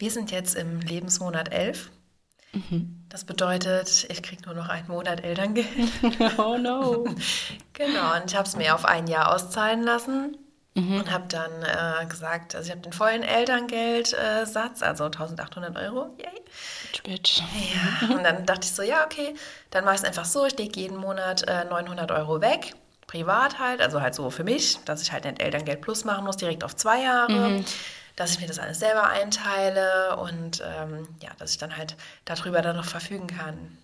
Wir sind jetzt im Lebensmonat 11. Das bedeutet, ich kriege nur noch einen Monat Elterngeld. Oh no. Genau, und ich habe es mir auf ein Jahr auszahlen lassen und habe dann gesagt, also ich habe den vollen Elterngeldsatz, also 1.800 Euro. Yay. Bitch. Ja, und dann dachte ich so, ja, okay, dann mache ich es einfach so, ich lege jeden Monat 900 Euro weg, privat halt, also halt so für mich, dass ich halt nicht Elterngeld Plus machen muss, direkt auf 2 Jahre, dass ich mir das alles selber einteile und ja, dass ich dann halt darüber dann noch verfügen kann.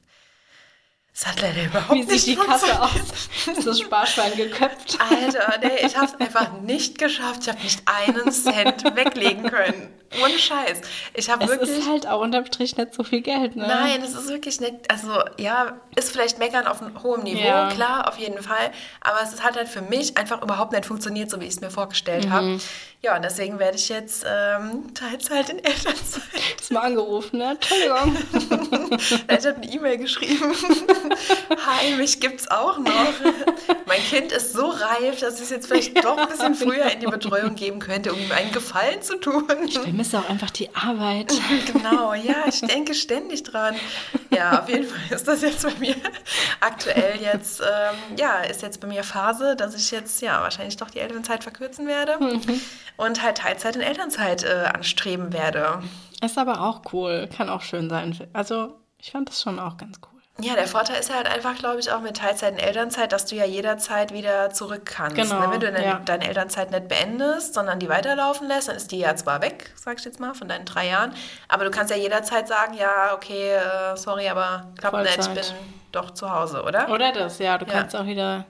Es hat leider überhaupt Wie nicht sieht die Kasse funktioniert. aus? Ist das Sparschwein geköpft? Alter, nee, ich habe es einfach nicht geschafft. Ich habe nicht einen Cent weglegen können. Ohne Scheiß. Ich habe Es wirklich... ist halt auch unterm Strich nicht so viel Geld, ne? Nein, es ist wirklich nicht, also ja, ist vielleicht meckern auf einem hohen Niveau, Ja. klar, auf jeden Fall, aber es hat halt für mich einfach überhaupt nicht funktioniert, so wie ich es mir vorgestellt habe. Ja, und deswegen werde ich jetzt Teilzeit in Elternzeit. Ist mal angerufen, ne? Entschuldigung. Ich habe eine E-Mail geschrieben. Hi, mich gibt's auch noch. Mein Kind ist so reif, dass ich es jetzt vielleicht doch ein bisschen früher in die Betreuung geben könnte, um ihm einen Gefallen zu tun. Ich vermisse auch einfach die Arbeit. Genau, ja, ich denke ständig dran. Ja, auf jeden Fall ist das jetzt bei mir aktuell jetzt, ja, ist jetzt bei mir Phase, dass ich jetzt, ja, wahrscheinlich doch die Elternzeit verkürzen werde und halt Teilzeit in Elternzeit anstreben werde. Ist aber auch cool. Kann auch schön sein. Also, ich fand das schon auch ganz cool. Ja, der Vorteil ist ja halt einfach, glaube ich, auch mit Teilzeit und Elternzeit, dass du ja jederzeit wieder zurück kannst. Genau, Ne? Wenn du ja. deine Elternzeit nicht beendest, sondern die weiterlaufen lässt, dann ist die ja zwar weg, sag ich jetzt mal, von deinen 3 Jahren, aber du kannst ja jederzeit sagen, ja, okay, sorry, aber klappt nicht, ich bin Vollzeit. doch zu Hause, oder? Oder das, ja. Du Ja. kannst auch wieder...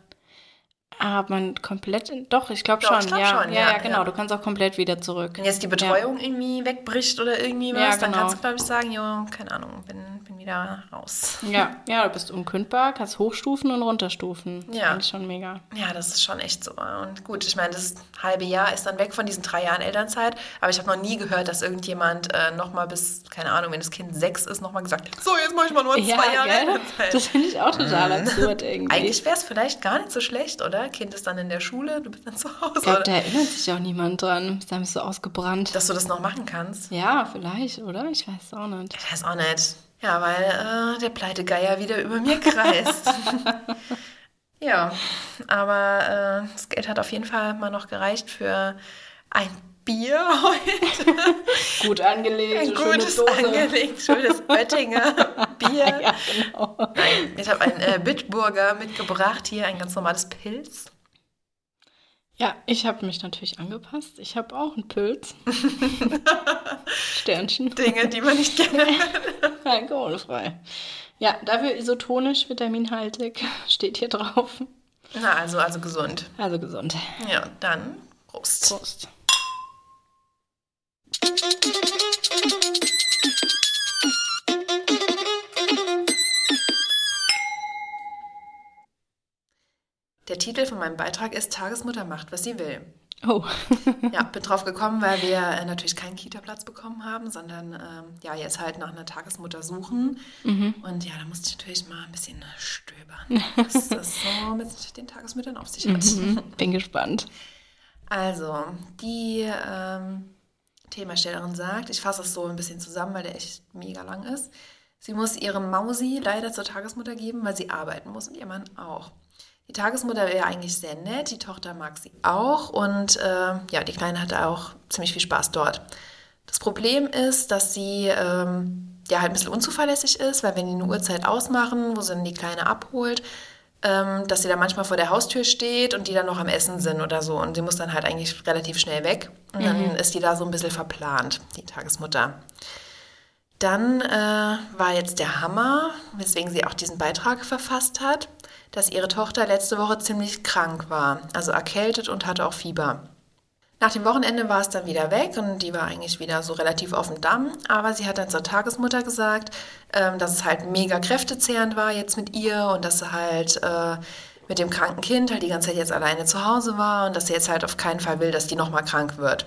Aber man komplett... Doch, ich glaube Doch, schon. ich glaub Ja, schon, ja, ja, genau. ja. Du kannst auch komplett wieder zurück. Wenn jetzt die Betreuung irgendwie wegbricht oder irgendwie was, Ja, dann genau. kannst du, glaube ich, sagen, jo, keine Ahnung, bin wieder raus. Ja, ja, du bist unkündbar, kannst hochstufen und runterstufen. Das Ja. finde ich schon mega. Ja, das ist schon echt so. Und gut, ich meine, das halbe Jahr ist dann weg von diesen 3 Jahren Elternzeit. Aber ich habe noch nie gehört, dass irgendjemand nochmal bis, keine Ahnung, wenn das Kind 6 ist, nochmal gesagt hat, so, jetzt mache ich mal nur 2 Jahre gell? Elternzeit. Das finde ich auch total absurd irgendwie. Eigentlich wäre es vielleicht gar nicht so schlecht, oder? Kind ist dann in der Schule, du bist dann zu Hause. Ich glaube, da Oder? erinnert sich auch niemand dran. Da bist du ausgebrannt. Dass du das noch machen kannst. Ja, vielleicht, oder? Ich weiß es auch nicht. Ich weiß auch nicht. Ja, weil der Pleitegeier wieder über mir kreist. Ja, aber das Geld hat auf jeden Fall mal noch gereicht für ein Bier heute. Gut angelegt, Ein schöne gutes, Dose. angelegt, schönes Oettinger Bier. Ja, genau. Nein, ich habe ein Bitburger mitgebracht, hier ein ganz normales Pilz. Ja, ich habe mich natürlich angepasst. Ich habe auch einen Pilz. Sternchen. Dinge, die man nicht gerne Alkoholfrei. Ja, dafür isotonisch, vitaminhaltig. Steht hier drauf. Na, also gesund. Also gesund. Ja, dann Prost. Prost. Der Titel von meinem Beitrag ist Tagesmutter macht, was sie will. Oh. Ja, bin drauf gekommen, weil wir natürlich keinen Kita-Platz bekommen haben, sondern ja, jetzt halt nach einer Tagesmutter suchen. Und ja, da musste ich natürlich mal ein bisschen stöbern, was das so mit den Tagesmüttern auf sich hat. Bin gespannt. Also, die Themastellerin sagt, ich fasse es so ein bisschen zusammen, weil der echt mega lang ist. Sie muss ihre Mausi leider zur Tagesmutter geben, weil sie arbeiten muss und ihr Mann auch. Die Tagesmutter wäre eigentlich sehr nett, die Tochter mag sie auch und ja, die Kleine hatte auch ziemlich viel Spaß dort. Das Problem ist, dass sie ja halt ein bisschen unzuverlässig ist, weil wenn die eine Uhrzeit ausmachen, wo sie dann die Kleine abholt, dass sie da manchmal vor der Haustür steht und die dann noch am Essen sind oder so und sie muss dann halt eigentlich relativ schnell weg und dann ist die da so ein bisschen verplant, die Tagesmutter. Dann war jetzt der Hammer, weswegen sie auch diesen Beitrag verfasst hat, dass ihre Tochter letzte Woche ziemlich krank war, also erkältet und hatte auch Fieber. Nach dem Wochenende war es dann wieder weg und die war eigentlich wieder so relativ auf dem Damm, aber sie hat dann zur Tagesmutter gesagt, dass es halt mega kräftezehrend war jetzt mit ihr und dass sie halt mit dem kranken Kind halt die ganze Zeit jetzt alleine zu Hause war und dass sie jetzt halt auf keinen Fall will, dass die nochmal krank wird.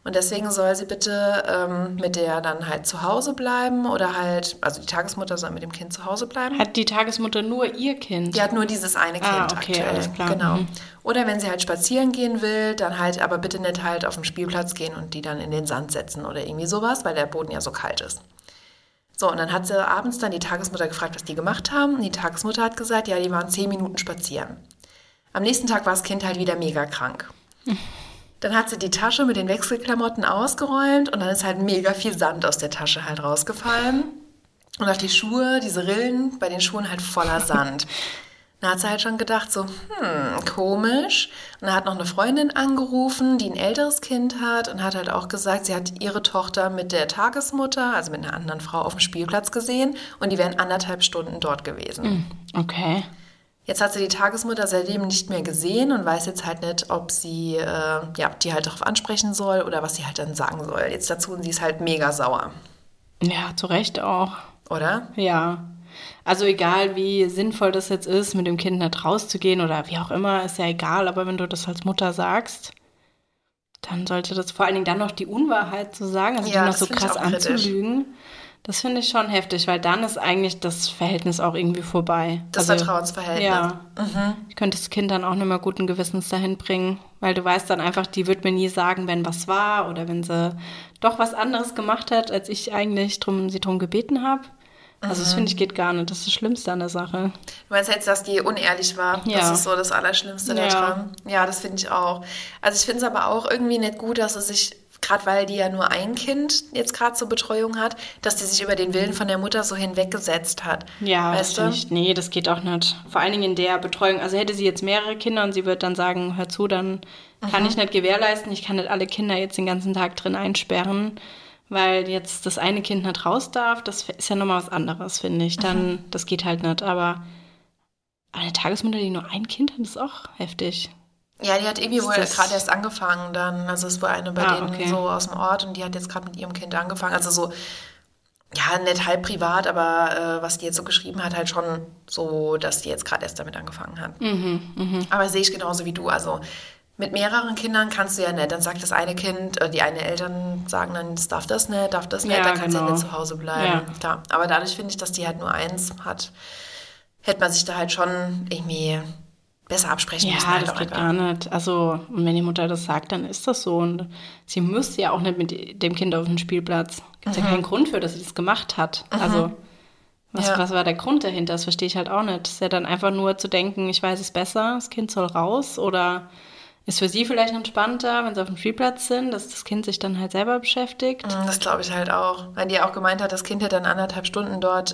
Und deswegen soll sie bitte mit der dann halt zu Hause bleiben oder halt, also die Tagesmutter soll mit dem Kind zu Hause bleiben. Hat die Tagesmutter nur ihr Kind? Die hat nur dieses eine Kind okay, aktuell. alles klar. Genau. Oder wenn sie halt spazieren gehen will, dann halt aber bitte nicht halt auf den Spielplatz gehen und die dann in den Sand setzen oder irgendwie sowas, weil der Boden ja so kalt ist. So, und dann hat sie abends dann die Tagesmutter gefragt, was die gemacht haben. Und die Tagesmutter hat gesagt, ja, die waren 10 Minuten spazieren. Am nächsten Tag war das Kind halt wieder mega krank. Dann hat sie die Tasche mit den Wechselklamotten ausgeräumt und dann ist halt mega viel Sand aus der Tasche halt rausgefallen. Und auch die Schuhe, diese Rillen, bei den Schuhen halt voller Sand. Dann hat sie halt schon gedacht so, komisch. Und dann hat noch eine Freundin angerufen, die ein älteres Kind hat und hat halt auch gesagt, sie hat ihre Tochter mit der Tagesmutter, also mit einer anderen Frau auf dem Spielplatz gesehen und die wären 1,5 Stunden dort gewesen. Okay. Jetzt hat sie die Tagesmutter seitdem nicht mehr gesehen und weiß jetzt halt nicht, ob sie die halt darauf ansprechen soll oder was sie halt dann sagen soll. Jetzt dazu, und sie ist halt mega sauer. Ja, zu Recht auch. Oder? Ja. Also egal, wie sinnvoll das jetzt ist, mit dem Kind nicht rauszugehen oder wie auch immer, ist ja egal. Aber wenn du das als Mutter sagst, dann sollte das vor allen Dingen dann noch die Unwahrheit zu sagen, also die noch so krass anzulügen. Das finde ich schon heftig, weil dann ist eigentlich das Verhältnis auch irgendwie vorbei. Das Vertrauensverhältnis. Ja. Ich könnte das Kind dann auch nicht mehr guten Gewissens dahin bringen, weil du weißt dann einfach, die wird mir nie sagen, wenn was war oder wenn sie doch was anderes gemacht hat, als ich eigentlich sie drum gebeten habe. Also das finde ich geht gar nicht. Das ist das Schlimmste an der Sache. Du meinst jetzt, dass die unehrlich war? Ja. Das ist so das Allerschlimmste daran. Ja, das finde ich auch. Also ich finde es aber auch irgendwie nicht gut, dass es sich, gerade weil die ja nur ein Kind jetzt gerade zur Betreuung hat, dass die sich über den Willen von der Mutter so hinweggesetzt hat. Ja, weißt du? Nee, das geht auch nicht. Vor allen Dingen in der Betreuung. Also hätte sie jetzt mehrere Kinder und sie wird dann sagen, hör zu, dann kann ich nicht gewährleisten, ich kann nicht alle Kinder jetzt den ganzen Tag drin einsperren, weil jetzt das eine Kind nicht raus darf. Das ist ja nochmal was anderes, finde ich. Dann, das geht halt nicht. Aber eine Tagesmutter, die nur ein Kind hat, ist auch heftig. Ja, die hat irgendwie wohl gerade erst angefangen dann. Also es war eine bei denen so aus dem Ort und die hat jetzt gerade mit ihrem Kind angefangen. Also so, ja, nicht halb privat, aber was die jetzt so geschrieben hat, halt schon so, dass die jetzt gerade erst damit angefangen hat. Aber sehe ich genauso wie du. Also mit mehreren Kindern kannst du ja nicht. Dann sagt das eine Kind, die eine Eltern sagen dann, das darf das nicht, dann kann sie nicht zu Hause bleiben. Ja. Klar. Aber dadurch finde ich, dass die halt nur eins hat, hätte man sich da halt schon irgendwie besser absprechen müssen. Ja, halt das geht gar nicht. Also, und wenn die Mutter das sagt, dann ist das so. Und sie müsste ja auch nicht mit dem Kind auf den Spielplatz. Gibt ja keinen Grund für, dass sie das gemacht hat. Also, was war der Grund dahinter? Das verstehe ich halt auch nicht. Das ist ja dann einfach nur zu denken, ich weiß es besser, das Kind soll raus. Oder ist für sie vielleicht entspannter, wenn sie auf dem Spielplatz sind, dass das Kind sich dann halt selber beschäftigt. Das glaube ich halt auch. Weil die auch gemeint hat, das Kind hätte dann 1,5 Stunden dort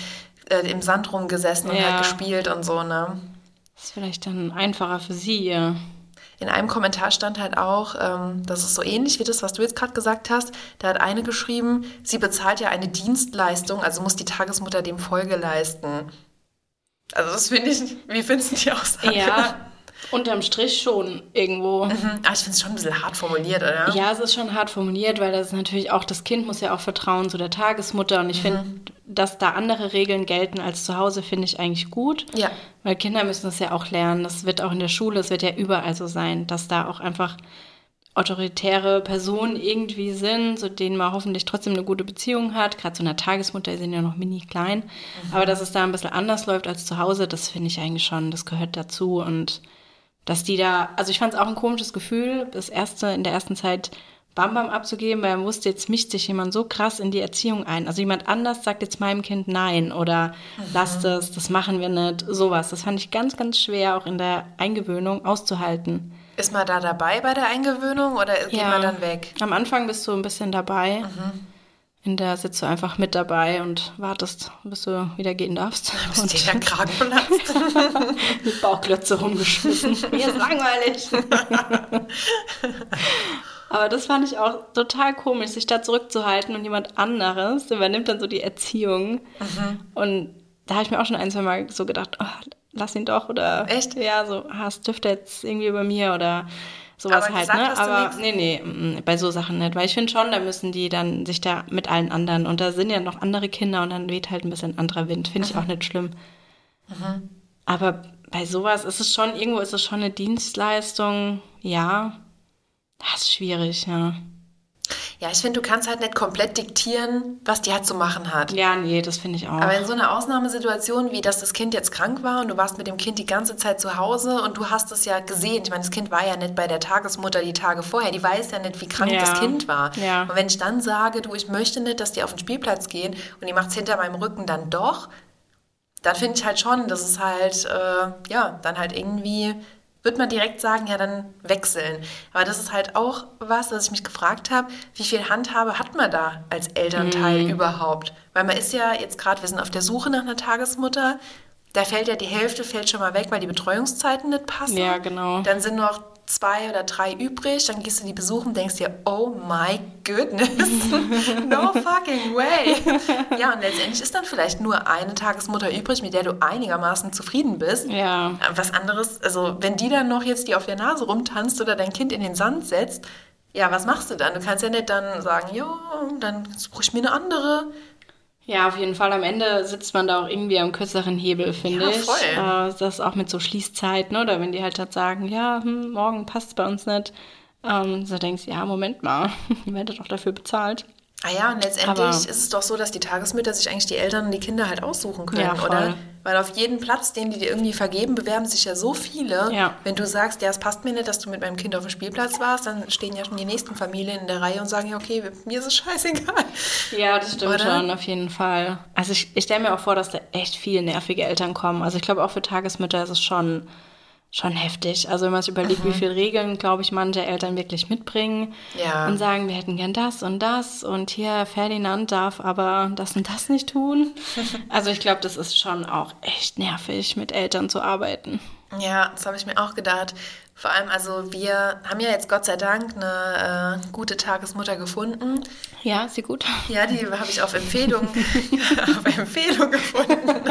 im Sand rumgesessen und halt gespielt und so, ne? Das ist vielleicht dann einfacher für sie, ja. In einem Kommentar stand halt auch, das ist so ähnlich wie das, was du jetzt gerade gesagt hast, da hat eine geschrieben, sie bezahlt ja eine Dienstleistung, also muss die Tagesmutter dem Folge leisten. Also das finde ich, wie findest du die Aussage? Ja, unterm Strich schon irgendwo. Aber ich finde es schon ein bisschen hart formuliert, oder? Ja, es ist schon hart formuliert, weil das natürlich auch, das Kind muss ja auch vertrauen zu der Tagesmutter. Und ich finde, dass da andere Regeln gelten als zu Hause, finde ich eigentlich gut. Ja. Weil Kinder müssen das ja auch lernen. Das wird auch in der Schule, es wird ja überall so sein, dass da auch einfach autoritäre Personen irgendwie sind, zu denen man hoffentlich trotzdem eine gute Beziehung hat. Gerade zu einer Tagesmutter, die sind ja noch mini klein. Aber dass es da ein bisschen anders läuft als zu Hause, das finde ich eigentlich schon, das gehört dazu. Und dass die da, also ich fand es auch ein komisches Gefühl, in der ersten Zeit Bam abzugeben, weil man wusste, jetzt mischt sich jemand so krass in die Erziehung ein. Also jemand anders sagt jetzt meinem Kind nein oder lasst es, das machen wir nicht, sowas. Das fand ich ganz, ganz schwer auch in der Eingewöhnung auszuhalten. Ist man da dabei bei der Eingewöhnung oder geht man dann weg? Am Anfang bist du ein bisschen dabei. In der sitzt du einfach mit dabei und wartest, bis du wieder gehen darfst. Bis dir der Kragen platzt. Mit Bauchklötze rumgeschmissen. Mir ist langweilig. Aber das fand ich auch total komisch, sich da zurückzuhalten und jemand anderes übernimmt dann so die Erziehung. Und da habe ich mir auch schon ein, zwei Mal so gedacht, oh, lass ihn doch oder... Echt? Ja, so, es dürfte jetzt irgendwie bei mir oder... Sowas aber halt, gesagt, ne? Aber nee, bei so Sachen nicht. Weil ich finde schon, da müssen die dann sich da mit allen anderen, und da sind ja noch andere Kinder und dann weht halt ein bisschen anderer Wind. Finde ich auch nicht schlimm. Aber bei sowas ist es schon, irgendwo ist es schon eine Dienstleistung, ja. Das ist schwierig, ja. Ja, ich finde, du kannst halt nicht komplett diktieren, was die halt zu machen hat. Ja, nee, das finde ich auch. Aber in so einer Ausnahmesituation, wie dass das Kind jetzt krank war und du warst mit dem Kind die ganze Zeit zu Hause und du hast es ja gesehen. Ich meine, das Kind war ja nicht bei der Tagesmutter die Tage vorher. Die weiß ja nicht, wie krank das Kind war. Ja. Und wenn ich dann sage, du, ich möchte nicht, dass die auf den Spielplatz gehen und die macht es hinter meinem Rücken dann doch, dann finde ich halt schon, dass es halt, dann halt irgendwie... Wird man direkt sagen, ja, dann wechseln. Aber das ist halt auch was ich mich gefragt habe, wie viel Handhabe hat man da als Elternteil überhaupt? Weil man ist ja jetzt gerade, wir sind auf der Suche nach einer Tagesmutter, da fällt ja die Hälfte schon mal weg, weil die Betreuungszeiten nicht passen. Ja, genau. Dann sind noch 2 oder 3 übrig, dann gehst du die besuchen, denkst dir, oh my goodness, no fucking way. Ja, und letztendlich ist dann vielleicht nur eine Tagesmutter übrig, mit der du einigermaßen zufrieden bist. Ja. Was anderes, also wenn die dann noch jetzt dir auf der Nase rumtanzt oder dein Kind in den Sand setzt, ja, was machst du dann? Du kannst ja nicht dann sagen, ja, dann suche ich mir eine andere. Ja, auf jeden Fall. Am Ende sitzt man da auch irgendwie am kürzeren Hebel, finde ich. Voll. Das auch mit so Schließzeiten, oder wenn die halt sagen, ja, morgen passt es bei uns nicht. So denkst du, ja, Moment mal, ihr werdet doch dafür bezahlt. Ah ja, und letztendlich ist es doch so, dass die Tagesmütter sich eigentlich die Eltern und die Kinder halt aussuchen können, Ja, voll. oder? Weil auf jeden Platz, den die dir irgendwie vergeben, bewerben sich ja so viele. Ja. Wenn du sagst, ja, es passt mir nicht, dass du mit meinem Kind auf dem Spielplatz warst, dann stehen ja schon die nächsten Familien in der Reihe und sagen, ja, okay, mir ist es scheißegal. Ja, das stimmt Oder? schon, auf jeden Fall. Also ich stelle mir auch vor, dass da echt viele nervige Eltern kommen. Also ich glaube, auch für Tagesmütter ist es schon heftig. Also wenn man sich überlegt, wie viele Regeln, glaube ich, manche Eltern wirklich mitbringen Ja. und sagen, wir hätten gern das und hier Ferdinand darf aber das und das nicht tun. Also ich glaube, das ist schon auch echt nervig, mit Eltern zu arbeiten. Ja, das habe ich mir auch gedacht. Vor allem, also wir haben ja jetzt Gott sei Dank eine gute Tagesmutter gefunden. Ja, ist sie gut? Ja, die habe ich auf Empfehlung gefunden.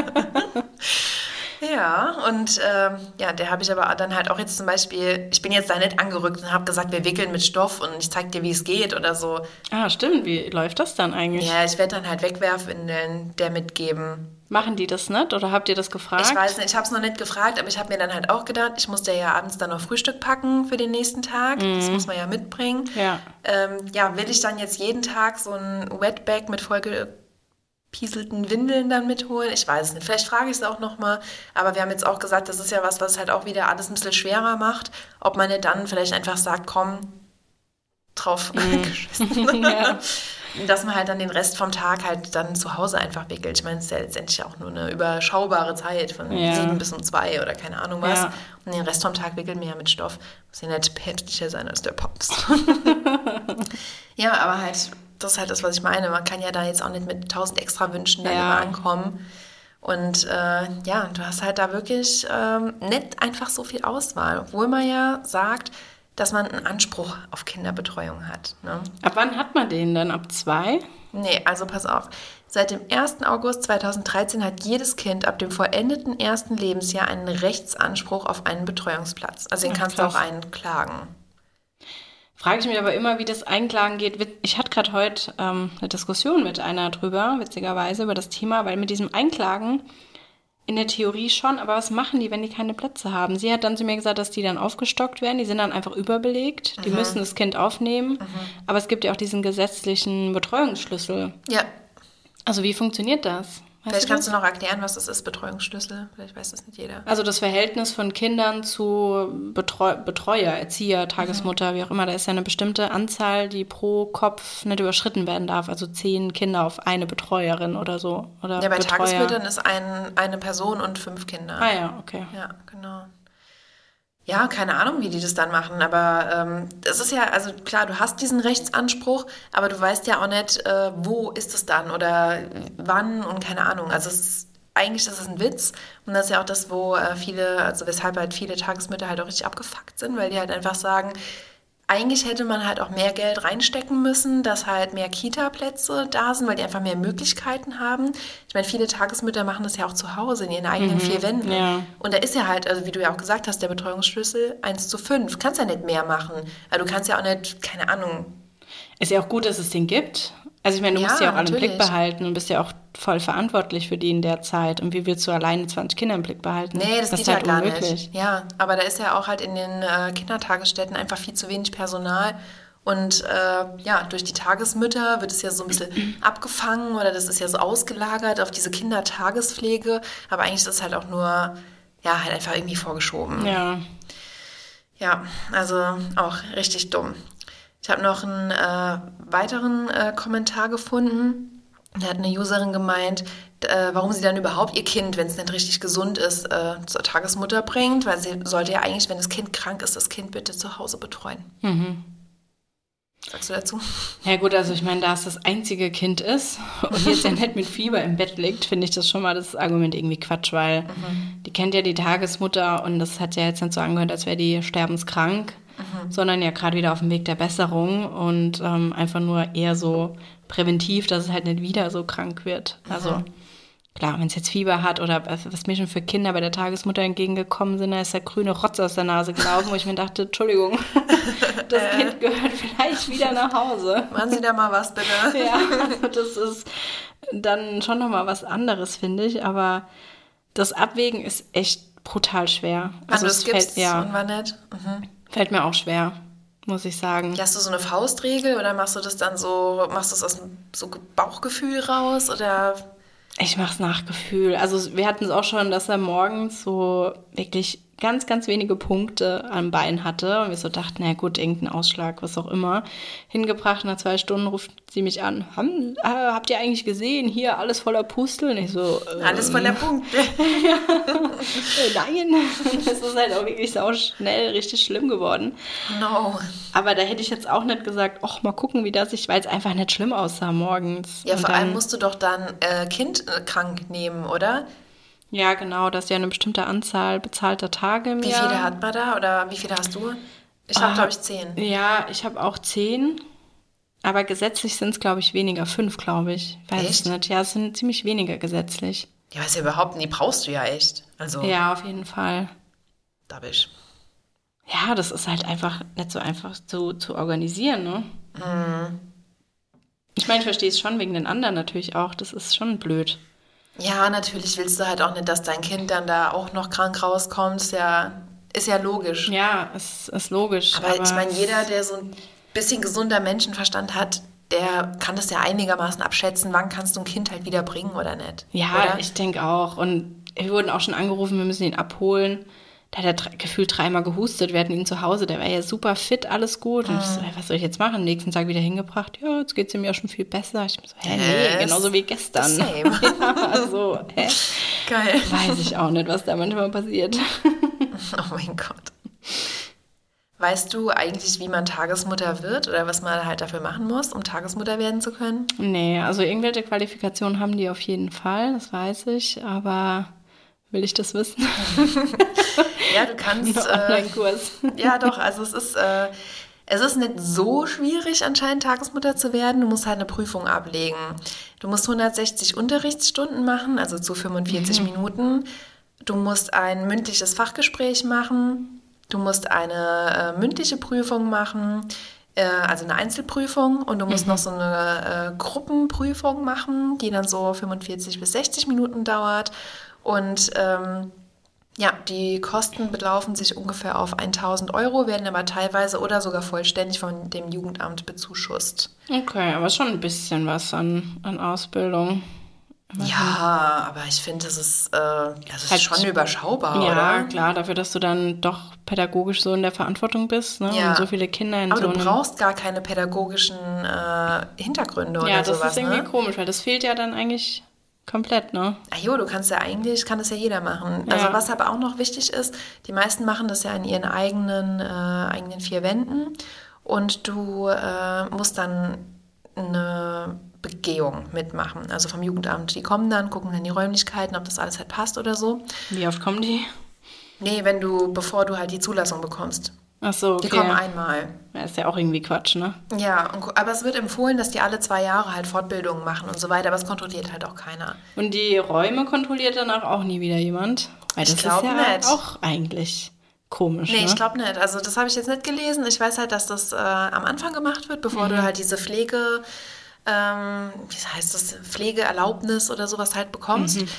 Ja, und der habe ich aber dann halt auch jetzt zum Beispiel, ich bin jetzt da nicht angerückt und habe gesagt, wir wickeln mit Stoff und ich zeig dir, wie es geht oder so. Ah, stimmt. Wie läuft das dann eigentlich? Ja, ich werde dann halt Wegwerfwindeln der mitgeben. Machen die das nicht oder habt ihr das gefragt? Ich weiß nicht, ich habe es noch nicht gefragt, aber ich habe mir dann halt auch gedacht, ich muss ja abends dann noch Frühstück packen für den nächsten Tag. Das muss man ja mitbringen. Ja. Will ich dann jetzt jeden Tag so ein Wetbag mit vollgepieselten Windeln dann mitholen? Ich weiß es nicht. Vielleicht frage ich es auch nochmal. Aber wir haben jetzt auch gesagt, das ist ja was halt auch wieder alles ein bisschen schwerer macht. Ob man nicht dann vielleicht einfach sagt, komm, drauf geschissen. Ja. Dass man halt dann den Rest vom Tag halt dann zu Hause einfach wickelt. Ich meine, es ist ja letztendlich auch nur eine überschaubare Zeit von 7 bis um 2 oder keine Ahnung was. Ja. Und den Rest vom Tag wickeln wir ja mit Stoff. Muss ja nicht päpstlicher sein als der Papst. Ja, aber halt, das ist halt das, was ich meine. Man kann ja da jetzt auch nicht mit 1000 extra Wünschen dann immer ankommen. Und du hast halt da wirklich nicht einfach so viel Auswahl. Obwohl man ja sagt, dass man einen Anspruch auf Kinderbetreuung hat. Ne? Ab wann hat man den dann? Ab 2? Nee, also pass auf. Seit dem 1. August 2013 hat jedes Kind ab dem vollendeten 1. Lebensjahr einen Rechtsanspruch auf einen Betreuungsplatz. Also den kannst du auch einklagen. Frage ich mich aber immer, wie das Einklagen geht. Ich hatte gerade heute eine Diskussion mit einer drüber, witzigerweise, über das Thema, weil mit diesem Einklagen in der Theorie schon, aber was machen die, wenn die keine Plätze haben? Sie hat dann zu mir gesagt, dass die dann aufgestockt werden, die sind dann einfach überbelegt, die müssen das Kind aufnehmen, aber es gibt ja auch diesen gesetzlichen Betreuungsschlüssel. Ja. Also wie funktioniert das? Vielleicht kannst du noch erklären, was das ist, Betreuungsschlüssel. Vielleicht weiß das nicht jeder. Also das Verhältnis von Kindern zu Betreuer, Erzieher, Tagesmutter, wie auch immer. Da ist ja eine bestimmte Anzahl, die pro Kopf nicht überschritten werden darf. Also 10 Kinder auf eine Betreuerin oder so. Oder Ja, bei Betreuer. Tagesmüttern ist eine Person und 5 Kinder. Ah ja, okay. Ja, genau. Ja, keine Ahnung, wie die das dann machen, aber das ist ja, also klar, du hast diesen Rechtsanspruch, aber du weißt ja auch nicht, wo ist es dann oder wann und keine Ahnung. Also eigentlich ist es ein Witz und das ist ja auch das, wo weshalb halt viele Tagesmütter halt auch richtig abgefuckt sind, weil die halt einfach sagen, eigentlich hätte man halt auch mehr Geld reinstecken müssen, dass halt mehr Kita-Plätze da sind, weil die einfach mehr Möglichkeiten haben. Ich meine, viele Tagesmütter machen das ja auch zu Hause in ihren eigenen 4 Wänden. Ja. Und da ist ja halt, also wie du ja auch gesagt hast, der Betreuungsschlüssel 1:5. Kannst ja nicht mehr machen. Also du kannst ja auch nicht, keine Ahnung. Ist ja auch gut, dass es den gibt. Also ich meine, du musst ja auch alle im Blick natürlich. behalten und bist ja auch voll verantwortlich für die in der Zeit. Und wie willst du alleine 20 Kinder im Blick behalten? Nee, das geht ist ja halt gar unmöglich. nicht. Ja, aber da ist ja auch halt in den Kindertagesstätten einfach viel zu wenig Personal, Und durch die Tagesmütter wird es ja so ein bisschen abgefangen oder das ist ja so ausgelagert auf diese Kindertagespflege. Aber eigentlich ist es halt auch nur, halt einfach irgendwie vorgeschoben. Ja. Ja, also auch richtig dumm. Ich habe noch einen weiteren Kommentar gefunden. Da hat eine Userin gemeint, warum sie dann überhaupt ihr Kind, wenn es nicht richtig gesund ist, zur Tagesmutter bringt, weil sie sollte ja eigentlich, wenn das Kind krank ist, das Kind bitte zu Hause betreuen. Mhm. Sagst du dazu? Ja gut, also ich meine, da es das einzige Kind ist und jetzt ja nicht mit Fieber im Bett liegt, finde ich das schon mal das Argument irgendwie Quatsch, weil die kennt ja die Tagesmutter und das hat ja jetzt nicht so angehört, als wäre die sterbenskrank, sondern ja gerade wieder auf dem Weg der Besserung und einfach nur eher so präventiv, dass es halt nicht wieder so krank wird. Also klar, wenn es jetzt Fieber hat oder was mir schon für Kinder bei der Tagesmutter entgegengekommen sind, da ist der grüne Rotz aus der Nase gelaufen, wo ich mir dachte, Entschuldigung, das Kind gehört vielleicht wieder nach Hause. Machen Sie da mal was, bitte. Ja, das ist dann schon nochmal was anderes, finde ich, aber das Abwägen ist echt brutal schwer. Wann du es gibst und wann nicht? Fällt mir auch schwer, muss ich sagen. Hast du so eine Faustregel oder machst du das dann so, machst du es aus dem so Bauchgefühl raus oder... Ich mach's nach Gefühl. Also wir hatten es auch schon, dass er morgens so wirklich ganz, ganz wenige Punkte am Bein hatte. Und wir so dachten, na gut, irgendein Ausschlag, was auch immer. Hingebracht, nach 2 Stunden ruft sie mich an. Habt ihr eigentlich gesehen, hier alles voller Pusteln? Ich so, alles voller Punkte. Nein, das ist halt auch wirklich sau schnell richtig schlimm geworden. No. Aber da hätte ich jetzt auch nicht gesagt, ach, mal gucken, wie das sich, weil es einfach nicht schlimm aussah morgens. Ja, vor allem musst du doch dann Kind krank nehmen, oder? Ja, genau, das ist ja eine bestimmte Anzahl bezahlter Tage im Jahr. Wie viele hat man da oder wie viele hast du? Ich habe, glaube ich, 10. Ja, ich habe auch 10, aber gesetzlich sind es, glaube ich, weniger. 5, glaube ich. Weiß es nicht. Ja, es sind ziemlich weniger gesetzlich. Ja, weiß ja überhaupt nicht, brauchst du ja echt. Also, ja, auf jeden Fall. Da bin ich. Ja, das ist halt einfach nicht so einfach zu organisieren, ne? Ich meine, ich verstehe es schon wegen den anderen natürlich auch. Das ist schon blöd. Ja, natürlich willst du halt auch nicht, dass dein Kind dann da auch noch krank rauskommt. Ist ja logisch. Ja, es ist logisch. Aber ich meine, jeder, der so ein bisschen gesunder Menschenverstand hat, der kann das ja einigermaßen abschätzen, wann kannst du ein Kind halt wieder bringen oder nicht. Ja, oder? Ich denke auch. Und wir wurden auch schon angerufen, wir müssen ihn abholen. Da hat er gefühlt 3-mal gehustet. Wir hatten ihn zu Hause, der war ja super fit, alles gut. Und ich so, was soll ich jetzt machen? Am nächsten Tag wieder hingebracht. Ja, jetzt geht es ihm ja schon viel besser. Ich so, nee, genauso wie gestern. Same. Ja, so, Geil. Weiß ich auch nicht, was da manchmal passiert. Oh mein Gott. Weißt du eigentlich, wie man Tagesmutter wird oder was man halt dafür machen muss, um Tagesmutter werden zu können? Nee, also irgendwelche Qualifikationen haben die auf jeden Fall, das weiß ich, aber will ich das wissen? Ja, du kannst... Online-Kurs. Ja, doch, also es ist nicht so schwierig, anscheinend Tagesmutter zu werden. Du musst halt eine Prüfung ablegen. Du musst 160 Unterrichtsstunden machen, also zu 45 Minuten. Du musst ein mündliches Fachgespräch machen. Du musst eine mündliche Prüfung machen, also eine Einzelprüfung. Und du musst noch so eine Gruppenprüfung machen, die dann so 45 bis 60 Minuten dauert. Und die Kosten belaufen sich ungefähr auf 1.000 €, werden aber teilweise oder sogar vollständig von dem Jugendamt bezuschusst. Okay, aber schon ein bisschen was an Ausbildung. Ja, aber ich finde, das ist halt schon überschaubar, ja, oder? Ja, klar, dafür, dass du dann doch pädagogisch so in der Verantwortung bist, ne? Ja. Und so viele Kinder in aber so du brauchst gar keine pädagogischen Hintergründe oder sowas, Ja, das ist irgendwie ne? komisch, weil das fehlt ja dann eigentlich komplett, ne? Ach jo, kann das ja jeder machen. Ja. Also was aber auch noch wichtig ist, die meisten machen das ja in ihren eigenen 4 Wänden und du musst dann eine Begehung mitmachen, also vom Jugendamt. Die kommen dann, gucken dann die Räumlichkeiten, ob das alles halt passt oder so. Wie oft kommen die? Nee, bevor du halt die Zulassung bekommst. Ach so, okay. Die kommen einmal. Ja, ist ja auch irgendwie Quatsch, ne? Ja, aber es wird empfohlen, dass die alle 2 Jahre halt Fortbildungen machen und so weiter, aber es kontrolliert halt auch keiner. Und die Räume kontrolliert danach auch nie wieder jemand? Weil das ist ja nicht. Auch eigentlich komisch, Nee, ne? ich glaube nicht. Also das habe ich jetzt nicht gelesen. Ich weiß halt, dass das am Anfang gemacht wird, bevor du halt diese Pflegeerlaubnis oder sowas halt bekommst.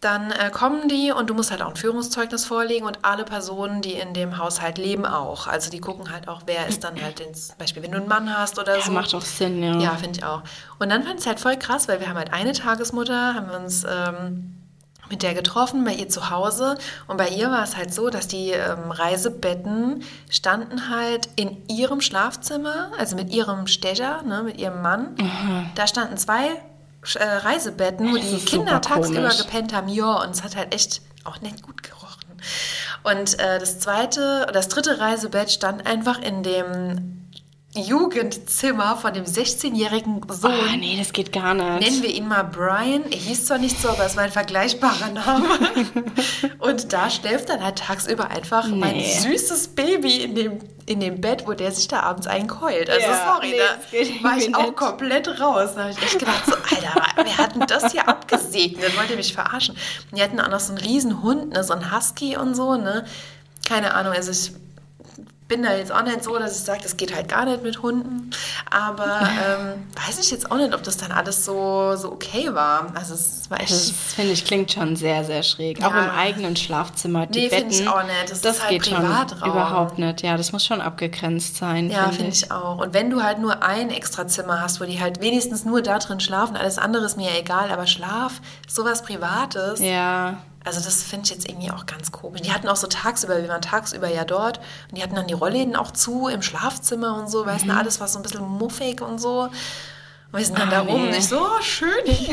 Dann kommen die und du musst halt auch ein Führungszeugnis vorlegen und alle Personen, die in dem Haushalt leben, auch. Also die gucken halt auch, wer ist dann halt, zum Beispiel, wenn du einen Mann hast oder so. Ja, macht auch Sinn, ja. Ja, finde ich auch. Und dann fand ich es halt voll krass, weil wir haben halt eine Tagesmutter, haben wir uns mit der getroffen, bei ihr zu Hause. Und bei ihr war es halt so, dass die Reisebetten standen halt in ihrem Schlafzimmer, also mit ihrem Stecher, ne, mit ihrem Mann. Da standen 2 Reisebetten, wo Das die ist Kinder super tagsüber komisch. gepennt haben. Ja, und es hat halt echt auch nicht gut gerochen. Und das dritte Reisebett stand einfach in dem Jugendzimmer von dem 16-jährigen Sohn. Ah, nee, das geht gar nicht. Nennen wir ihn mal Brian. Er hieß zwar nicht so, aber es war ein vergleichbarer Name. Und da schläft dann halt tagsüber einfach mein süßes Baby in dem Bett, wo der sich da abends einkeult. Also Ja, sorry, nee, das geht da war ich irgendwie auch nicht. komplett raus. Da habe ich echt gedacht, so, Alter, wer hat denn das hier abgesegnet? Wollt ihr mich verarschen? Und die hatten auch noch so einen riesen Hund, ne, so einen Husky und so, ne? Keine Ahnung, also ich bin da jetzt auch nicht so, dass ich sage, das geht halt gar nicht mit Hunden. Aber weiß ich jetzt auch nicht, ob das dann alles so okay war. Also es war echt... Das finde ich klingt schon sehr, sehr schräg. Ja. Auch im eigenen Schlafzimmer, die Nee, Betten. finde ich auch nicht. Das ist halt geht schon Privatraum. überhaupt nicht. Ja, das muss schon abgegrenzt sein. Ja, finde ich auch. Und wenn du halt nur ein Extrazimmer hast, wo die halt wenigstens nur da drin schlafen, alles andere ist mir ja egal, aber Schlaf, sowas Privates, Ja, also das finde ich jetzt irgendwie auch ganz komisch. Die hatten auch so tagsüber, wir waren tagsüber ja dort und die hatten dann die Rollläden auch zu im Schlafzimmer und so, weißt du, alles war so ein bisschen muffig und so. Und wir sind dann da rum und ich so, oh, schön.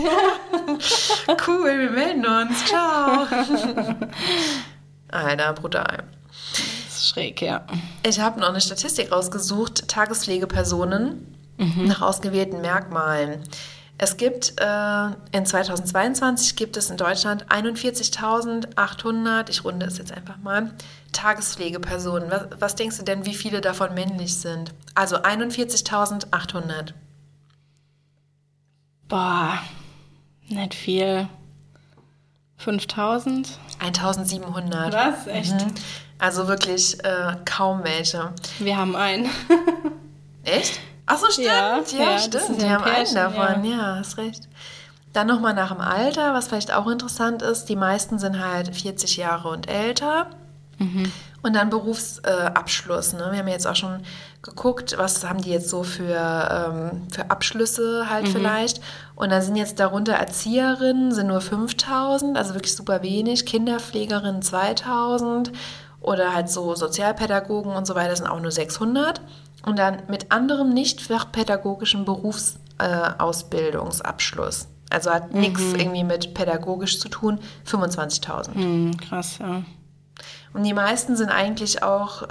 Cool, wir melden uns, ciao. Alter, brutal. das ist schräg, ja. Ich habe noch eine Statistik rausgesucht, Tagespflegepersonen nach ausgewählten Merkmalen. Es gibt in 2022 gibt es in Deutschland 41.800, ich runde es jetzt einfach mal, Tagespflegepersonen. Was denkst du denn, wie viele davon männlich sind? Also 41.800. Boah, nicht viel. 5000? 1.700. Was? Echt? Also wirklich kaum welche. Wir haben einen. Echt? Ach so, stimmt. Ja, Ja, ja, das stimmt. ist Die ein haben einen Pärchen, davon. Ja, hast recht. Dann nochmal nach dem Alter, was vielleicht auch interessant ist. Die meisten sind halt 40 Jahre und älter. Und dann Berufsabschluss. Ne? Wir haben jetzt auch schon geguckt, was haben die jetzt so für Abschlüsse halt vielleicht. Und da sind jetzt darunter Erzieherinnen, sind nur 5.000, also wirklich super wenig. Kinderpflegerinnen 2.000 oder halt so Sozialpädagogen und so weiter sind auch nur 600. Und dann mit anderem nicht fachpädagogischen Berufsausbildungsabschluss. Also hat nichts irgendwie mit pädagogisch zu tun, 25.000. Krass, ja. Und die meisten sind eigentlich auch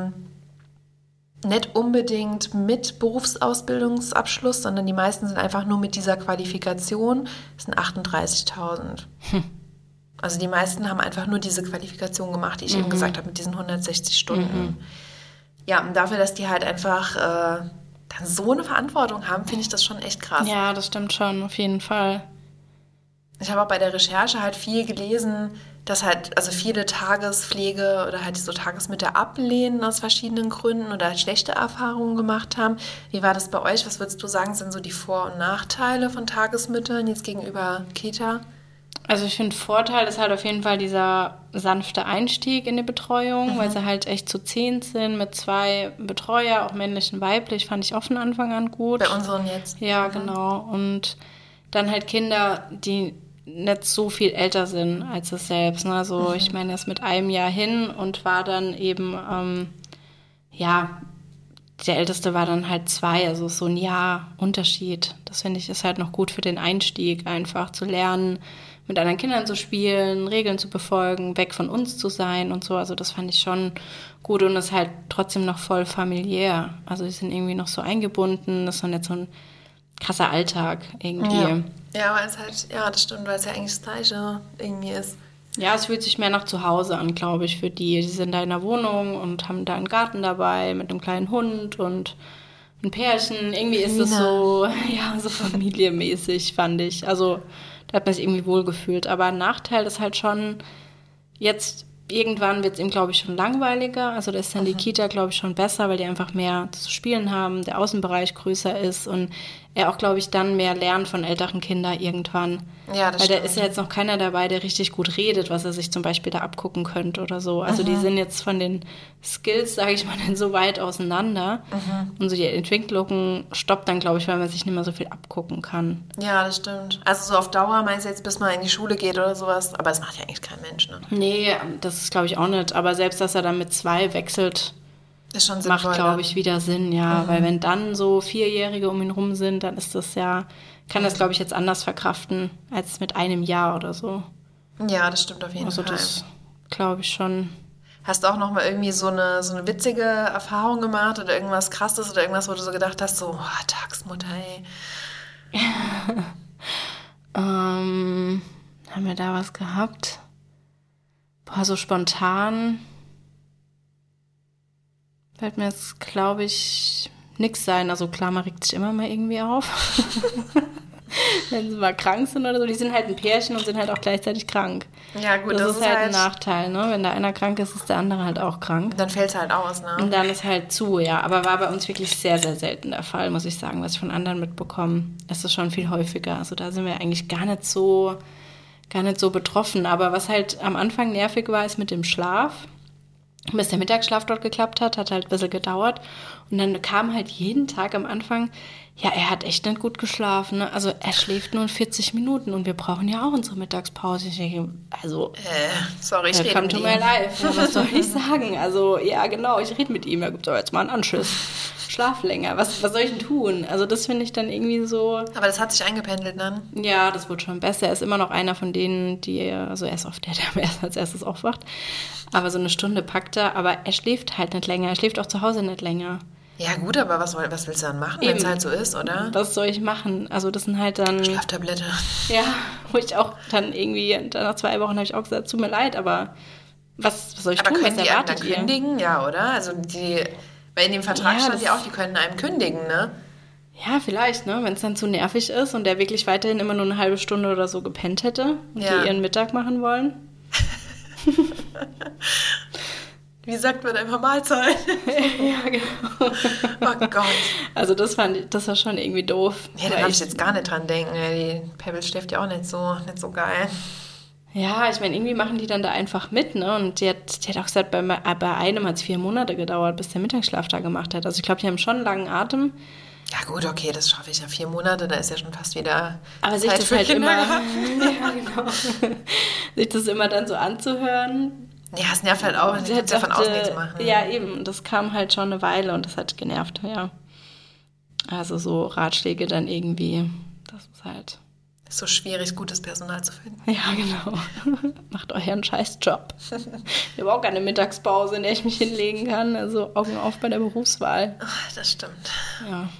nicht unbedingt mit Berufsausbildungsabschluss, sondern die meisten sind einfach nur mit dieser Qualifikation. Das sind 38.000. Also die meisten haben einfach nur diese Qualifikation gemacht, die ich eben gesagt habe, mit diesen 160 Stunden. Ja, und dafür, dass die halt einfach dann so eine Verantwortung haben, finde ich das schon echt krass. Ja, das stimmt schon, auf jeden Fall. Ich habe auch bei der Recherche halt viel gelesen, dass halt also viele Tagespflege oder halt so Tagesmütter ablehnen aus verschiedenen Gründen oder halt schlechte Erfahrungen gemacht haben. Wie war das bei euch? Was würdest du sagen, sind so die Vor- und Nachteile von Tagesmüttern jetzt gegenüber Kita? Also ich finde, Vorteil ist halt auf jeden Fall dieser sanfte Einstieg in die Betreuung, weil sie halt echt zu 10 sind mit 2 Betreuer, auch männlich und weiblich, fand ich auch von Anfang an gut. Bei unseren jetzt? Ja, genau. Und dann halt Kinder, die nicht so viel älter sind als es selbst. Ne? Also ich meine, er ist mit einem Jahr hin und war dann eben, der Älteste war dann halt 2, also so ein Jahr Unterschied. Das finde ich ist halt noch gut für den Einstieg, einfach zu lernen, mit anderen Kindern zu spielen, Regeln zu befolgen, weg von uns zu sein und so. Also das fand ich schon gut und ist halt trotzdem noch voll familiär. Also die sind irgendwie noch so eingebunden, das ist noch nicht so ein krasser Alltag irgendwie. Ja, weil es halt, ja, das stimmt, weil es ja eigentlich das Gleiche irgendwie ist. Ja, es fühlt sich mehr nach zu Hause an, glaube ich, für die. Die sind da in der Wohnung und haben da einen Garten dabei mit einem kleinen Hund und ein Pärchen. Irgendwie ist es so, ja, so familienmäßig, fand ich. Also da hat man sich irgendwie wohlgefühlt. Aber ein Nachteil ist halt schon, jetzt irgendwann wird es ihm, glaube ich, schon langweiliger. Also da ist dann die Kita, glaube ich, schon besser, weil die einfach mehr zu spielen haben, der Außenbereich größer ist und er auch, glaube ich, dann mehr lernt von älteren Kindern irgendwann. Ja, das Weil da stimmt. ist ja jetzt noch keiner dabei, der richtig gut redet, was er sich zum Beispiel da abgucken könnte oder so. Also die sind jetzt von den Skills, sage ich mal, dann so weit auseinander. Und so die Entwicklung stoppt dann, glaube ich, weil man sich nicht mehr so viel abgucken kann. Ja, das stimmt. Also so auf Dauer meinst du jetzt, bis man in die Schule geht oder sowas, aber das macht ja eigentlich kein Mensch, ne? Nee, das ist, glaube ich, auch nicht. Aber selbst, dass er dann mit 2 wechselt, Ist schon sinnvoll. macht, glaube ich, wieder Sinn, ja. Weil wenn dann so 4-Jährige um ihn rum sind, dann ist das ja, kann das, glaube ich, jetzt anders verkraften als mit einem Jahr oder so. Ja, das stimmt auf jeden Also Fall. das glaube ich schon. Hast du auch noch mal irgendwie so eine witzige Erfahrung gemacht oder irgendwas Krasses oder irgendwas, wo du so gedacht hast, so, Tagsmutter, ey. Haben wir da was gehabt? Boah, so spontan fällt mir jetzt, glaube ich, nix sein. Also klar, man regt sich immer mal irgendwie auf. Wenn sie mal krank sind oder so. Die sind halt ein Pärchen und sind halt auch gleichzeitig krank. Ja, gut, das ist halt ein Nachteil, ne? Wenn da einer krank ist, ist der andere halt auch krank. Dann fällt es halt aus, ne? Und dann ist halt zu, ja. Aber war bei uns wirklich sehr, sehr selten der Fall, muss ich sagen. Was ich von anderen mitbekomme, ist es schon viel häufiger. Also da sind wir eigentlich gar nicht so betroffen. Aber was halt am Anfang nervig war, ist mit dem Schlaf. Bis der Mittagsschlaf dort geklappt hat halt ein bisschen gedauert. Und dann kam halt jeden Tag am Anfang, ja, er hat echt nicht gut geschlafen. Ne? Also er schläft nur 40 Minuten und wir brauchen ja auch unsere Mittagspause. Ich denke, also, sorry, ich rede come mit to ihm. my life. Ja, was soll ich sagen? Also, ja, genau, ich rede mit ihm. Er gibt doch jetzt mal einen Anschiss. Schlaf länger. Was soll ich denn tun? Also das finde ich dann irgendwie so... Aber das hat sich eingependelt dann. Ja, das wird schon besser. Er ist immer noch einer von denen, also er ist oft der als erstes aufwacht. Aber so eine Stunde packt er. Aber er schläft halt nicht länger. Er schläft auch zu Hause nicht länger. Ja gut, aber was willst du dann machen, wenn es halt so ist, oder? Was soll ich machen? Also das sind halt dann... Schlaftablette. Ja, wo ich auch dann irgendwie, dann nach 2 Wochen habe ich auch gesagt, tut mir leid, aber was soll ich Aber tun? können Was die einem erwartet dann ihr? kündigen? Ja, oder? Also weil in dem Vertrag Ja, stand das- ja auch, die können einem kündigen, ne? Ja, vielleicht, ne? Wenn es dann zu nervig ist und der wirklich weiterhin immer nur eine halbe Stunde oder so gepennt hätte und Ja. die ihren Mittag machen wollen. Wie sagt man einfach Mahlzeit? Ja, genau. Oh Gott. Also das war schon irgendwie doof. Ja, da Weil darf ich jetzt gar nicht dran denken. ey. Die Pebble schläft ja auch nicht so geil. Ja, ich meine, irgendwie machen die dann da einfach mit, ne? Und die hat auch gesagt, bei einem hat es 4 Monate gedauert, bis der Mittagsschlaf da gemacht hat. Also ich glaube, die haben schon einen langen Atem. Ja gut, okay, das schaffe ich ja 4 Monate, da ist ja schon fast wieder Aber sich Zeit das für halt immer, Kindergarten. ja, genau, sich das immer dann so anzuhören. Ja, es nervt halt auch, du kannst ja von außen nichts machen. Ja, eben, das kam halt schon eine Weile und das hat genervt, ja. Also so Ratschläge dann irgendwie, das ist halt... Ist so schwierig, gutes Personal zu finden. Ja, genau. Macht euren Scheißjob. Ich habe auch keine Mittagspause, in der ich mich hinlegen kann. Also Augen auf bei der Berufswahl. Ach, das stimmt. Ja.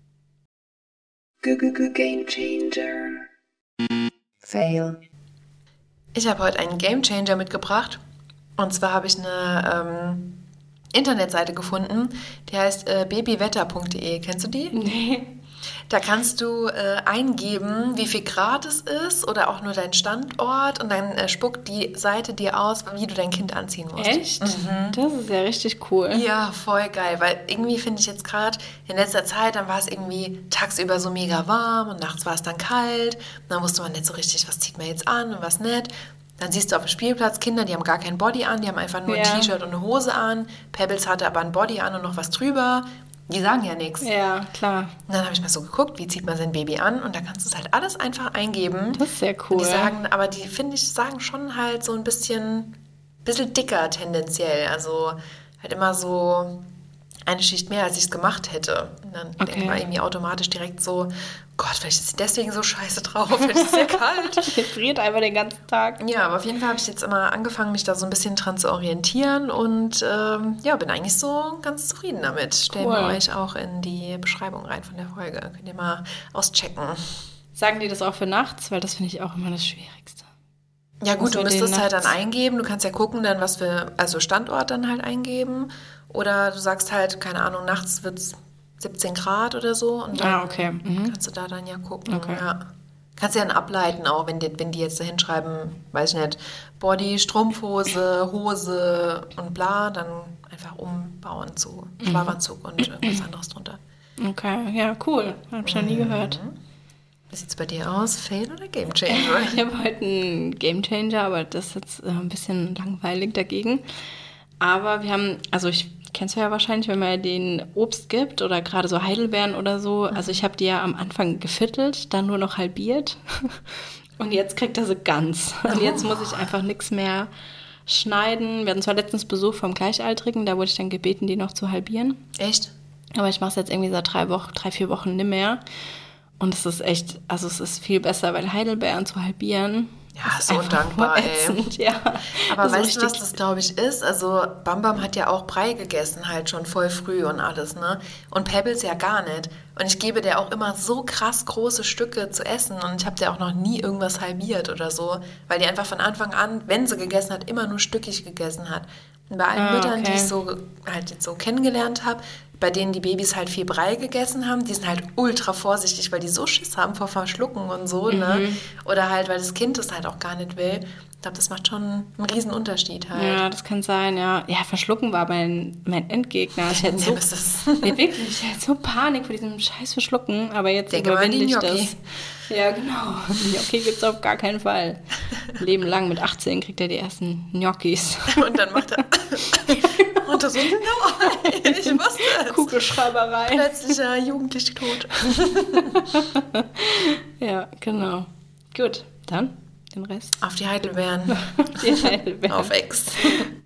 Game Changer. Fail. Ich habe heute einen Gamechanger mitgebracht. Und zwar habe ich eine Internetseite gefunden, die heißt babywetter.de. Kennst du die? Nee. Da kannst du eingeben, wie viel Grad es ist oder auch nur dein Standort und dann spuckt die Seite dir aus, wie du dein Kind anziehen musst. Echt? Das ist ja richtig cool. Ja, voll geil, weil irgendwie finde ich jetzt gerade in letzter Zeit, dann war es irgendwie tagsüber so mega warm und nachts war es dann kalt. Und dann wusste man nicht so richtig, was zieht man jetzt an und was nicht. Dann siehst du auf dem Spielplatz Kinder, die haben gar kein Body an, die haben einfach nur ein Ja. T-Shirt und eine Hose an. Pebbles hatte aber ein Body an und noch was drüber. Die sagen ja nichts. Ja, klar. Und dann habe ich mal so geguckt, wie zieht man sein Baby an und da kannst du es halt alles einfach eingeben. Das ist sehr cool. Und die sagen, aber die, finde ich, sagen schon halt so ein bisschen dicker tendenziell. Also halt immer so eine Schicht mehr, als ich es gemacht hätte. Und dann denkt man irgendwie automatisch direkt so, Gott, vielleicht ist sie deswegen so scheiße drauf, vielleicht ist es sehr kalt. Die friert einfach den ganzen Tag. Ja, aber auf jeden Fall habe ich jetzt immer angefangen, mich da so ein bisschen dran zu orientieren und ja, bin eigentlich so ganz zufrieden damit. Stellen wir euch auch in die Beschreibung rein von der Folge. Könnt ihr mal auschecken. Sagen die das auch für nachts? Weil das finde ich auch immer das Schwierigste. Ja gut, Was du wir müsstest den halt dann nachts- eingeben, du kannst ja gucken dann, was für, also Standort dann halt eingeben oder du sagst halt, keine Ahnung, nachts wird es 17 Grad oder so und dann Okay. Mhm. kannst du da dann ja gucken. Okay. Ja. Kannst ja dann ableiten auch, wenn die jetzt da hinschreiben, weiß ich nicht, Body, Strumpfhose, Hose und bla, dann einfach umbauen zu Schlafanzug und was anderes drunter. Okay, ja, cool. Hab ich noch nie gehört. Wie sieht's bei dir aus? Fail oder Gamechanger? Ich habe heute einen Gamechanger, aber das ist jetzt ein bisschen langweilig dagegen. Aber wir haben, also kennst du ja wahrscheinlich, wenn man den Obst gibt oder gerade so Heidelbeeren oder so. Also ich habe die ja am Anfang geviertelt, dann nur noch halbiert. Und jetzt kriegt er sie ganz. Und jetzt muss ich einfach nichts mehr schneiden. Wir hatten zwar letztens Besuch vom Gleichaltrigen, da wurde ich dann gebeten, die noch zu halbieren. Echt? Aber ich mache es jetzt irgendwie seit 3-4 Wochen nicht mehr. Und es ist echt, also es ist viel besser, weil Heidelbeeren zu halbieren. Ja, so undankbar, ey. Ja. Aber weißt du, was das, glaube ich, ist? Also Bam hat ja auch Brei gegessen, halt schon voll früh und alles, ne? Und Pebbles ja gar nicht. Und ich gebe der auch immer so krass große Stücke zu essen und ich habe der auch noch nie irgendwas halbiert oder so, weil die einfach von Anfang an, wenn sie gegessen hat, immer nur stückig gegessen hat. Und bei allen Müttern, die ich so halt jetzt so kennengelernt habe, bei denen die Babys halt viel Brei gegessen haben, die sind halt ultra vorsichtig, weil die so Schiss haben vor Verschlucken und so, ne? Oder halt, weil das Kind das halt auch gar nicht will. Ich glaube, das macht schon einen riesen Unterschied halt. Ja, das kann sein, ja. Ja, Verschlucken war mein Endgegner. Ich hatte so, nee, wirklich, ich hatte so Panik vor diesem scheiß Verschlucken, aber jetzt überwinde ich das. Ja, genau. Gnocchi gibt es auf gar keinen Fall. Leben lang mit 18 kriegt er die ersten Gnocchis. Und dann macht er... Und das so, no, ich wusste es. Kugelschreiberei. Plötzlicher jugendlicher Tod. Ja, genau. Gut, dann den Rest. Auf die Heidelbeeren. Die Heidelbeeren. Auf Ex.